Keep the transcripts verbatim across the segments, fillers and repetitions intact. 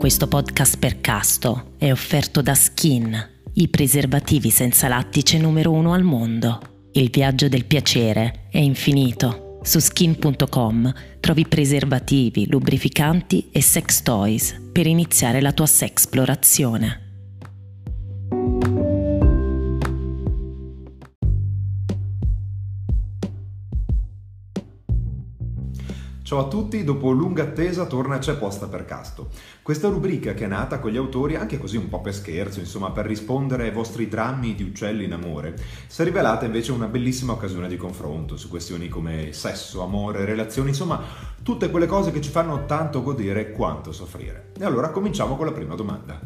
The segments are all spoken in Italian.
Questo podcast per Casto è offerto da Skin, i preservativi senza lattice numero uno al mondo. Il viaggio del piacere è infinito. Su skin punto com trovi preservativi, lubrificanti e sex toys per iniziare la tua sexplorazione. Ciao a tutti, dopo lunga attesa torna C'è posta per Casto. Questa rubrica che è nata con gli autori anche così un po' per scherzo, insomma per rispondere ai vostri drammi di uccelli in amore, si è rivelata invece una bellissima occasione di confronto su questioni come sesso, amore, relazioni, insomma tutte quelle cose che ci fanno tanto godere quanto soffrire. E allora cominciamo con la prima domanda.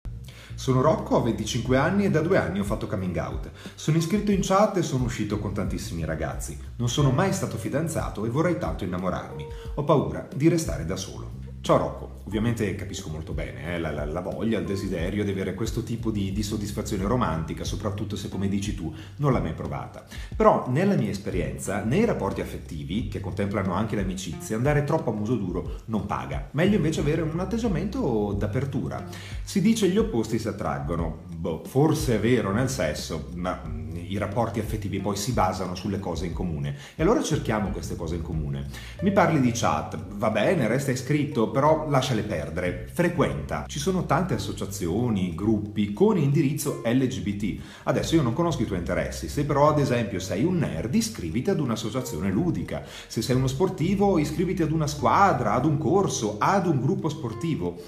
Sono Rocco, ho venticinque anni e da due anni ho fatto coming out. Sono iscritto in chat e sono uscito con tantissimi ragazzi. Non sono mai stato fidanzato e vorrei tanto innamorarmi. Ho paura di restare da solo. Ciao Rocco, ovviamente capisco molto bene eh, la, la, la voglia, il desiderio di avere questo tipo di, di soddisfazione romantica, soprattutto se, come dici tu, non l'hai mai provata. Però nella mia esperienza, nei rapporti affettivi, che contemplano anche l'amicizia, andare troppo a muso duro non paga. Meglio invece avere un atteggiamento d'apertura. Si dice gli opposti si attraggono. Boh, forse è vero nel sesso, ma i rapporti affettivi poi si basano sulle cose in comune. E allora cerchiamo queste cose in comune. Mi parli di chat, va bene, resta iscritto, però lasciale perdere, frequenta. Ci sono tante associazioni, gruppi con indirizzo L G B T. Adesso io non conosco i tuoi interessi, se però ad esempio sei un nerd iscriviti ad un'associazione ludica, se sei uno sportivo iscriviti ad una squadra, ad un corso, ad un gruppo sportivo.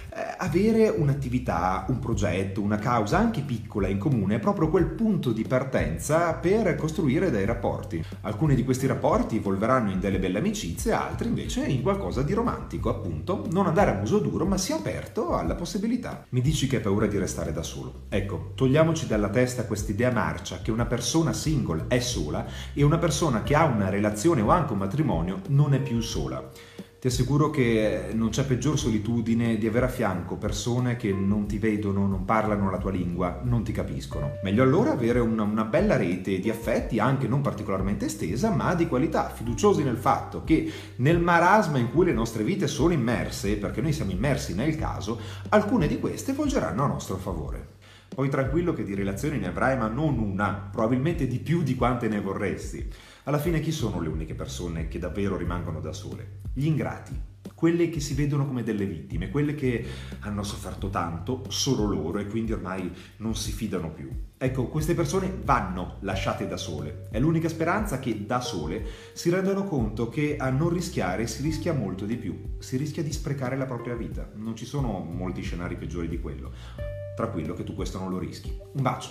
Avere un'attività, un progetto, una causa anche piccola in comune è proprio quel punto di partenza per costruire dei rapporti. Alcuni di questi rapporti evolveranno in delle belle amicizie, altri invece in qualcosa di romantico, appunto. Non andare a muso duro, ma sia aperto alla possibilità. Mi dici che hai paura di restare da solo. Ecco, togliamoci dalla testa quest'idea marcia che una persona single è sola e una persona che ha una relazione o anche un matrimonio non è più sola. Ti assicuro che non c'è peggior solitudine di avere a fianco persone che non ti vedono, non parlano la tua lingua, non ti capiscono. Meglio allora avere una, una bella rete di affetti, anche non particolarmente estesa, ma di qualità, fiduciosi nel fatto che nel marasma in cui le nostre vite sono immerse, perché noi siamo immersi nel caso, alcune di queste volgeranno a nostro favore. Poi tranquillo che di relazioni ne avrai, ma non una, probabilmente di più di quante ne vorresti. Alla fine chi sono le uniche persone che davvero rimangono da sole? Gli ingrati, quelle che si vedono come delle vittime, quelle che hanno sofferto tanto, solo loro, e quindi ormai non si fidano più. Ecco, queste persone vanno lasciate da sole. È l'unica speranza che da sole si rendano conto che a non rischiare si rischia molto di più. Si rischia di sprecare la propria vita. Non ci sono molti scenari peggiori di quello. Tranquillo che tu questo non lo rischi. Un bacio.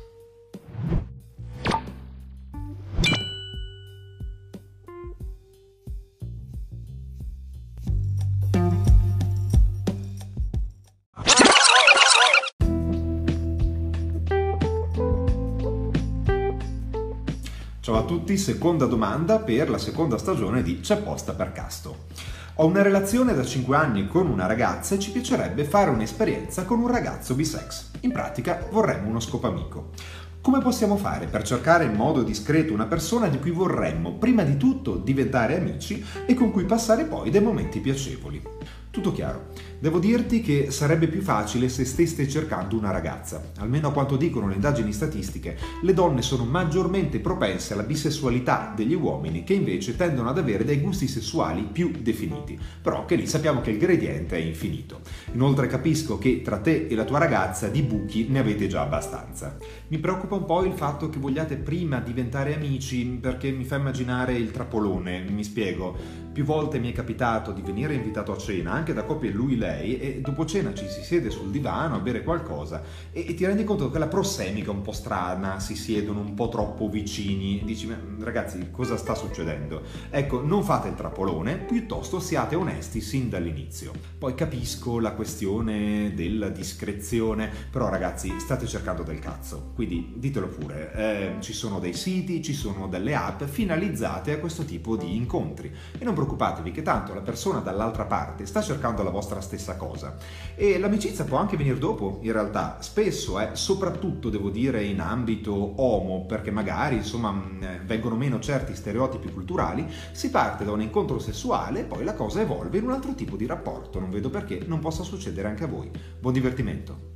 Ciao a tutti, seconda domanda per la seconda stagione di C'è posta per Casto. Ho una relazione da cinque anni con una ragazza e ci piacerebbe fare un'esperienza con un ragazzo bisex. In pratica vorremmo uno scopamico. Come possiamo fare per cercare in modo discreto una persona di cui vorremmo prima di tutto diventare amici e con cui passare poi dei momenti piacevoli? Tutto chiaro. Devo dirti che sarebbe più facile se steste cercando una ragazza. Almeno a quanto dicono le indagini statistiche, le donne sono maggiormente propense alla bisessualità degli uomini, che invece tendono ad avere dei gusti sessuali più definiti. Però che lì sappiamo che il gradiente è infinito. Inoltre capisco che tra te e la tua ragazza di buchi ne avete già abbastanza. Mi preoccupa un po' il fatto che vogliate prima diventare amici, perché mi fa immaginare il trappolone. Mi spiego. Più volte mi è capitato di venire invitato a cena, anche da coppie lui-lei, e dopo cena ci si siede sul divano a bere qualcosa e, e ti rendi conto che la prossemica è un po' strana, si siedono un po' troppo vicini, dici ragazzi cosa sta succedendo? Ecco, non fate il trappolone, piuttosto siate onesti sin dall'inizio. Poi capisco la questione della discrezione, però ragazzi state cercando del cazzo, quindi ditelo pure, eh, ci sono dei siti, ci sono delle app finalizzate a questo tipo di incontri e non preoccupatevi che tanto la persona dall'altra parte sta cercando la vostra stessa stessa cosa. E l'amicizia può anche venire dopo, in realtà, spesso, eh, soprattutto devo dire in ambito omo, perché magari insomma vengono meno certi stereotipi culturali, si parte da un incontro sessuale e poi la cosa evolve in un altro tipo di rapporto. Non vedo perché non possa succedere anche a voi. Buon divertimento!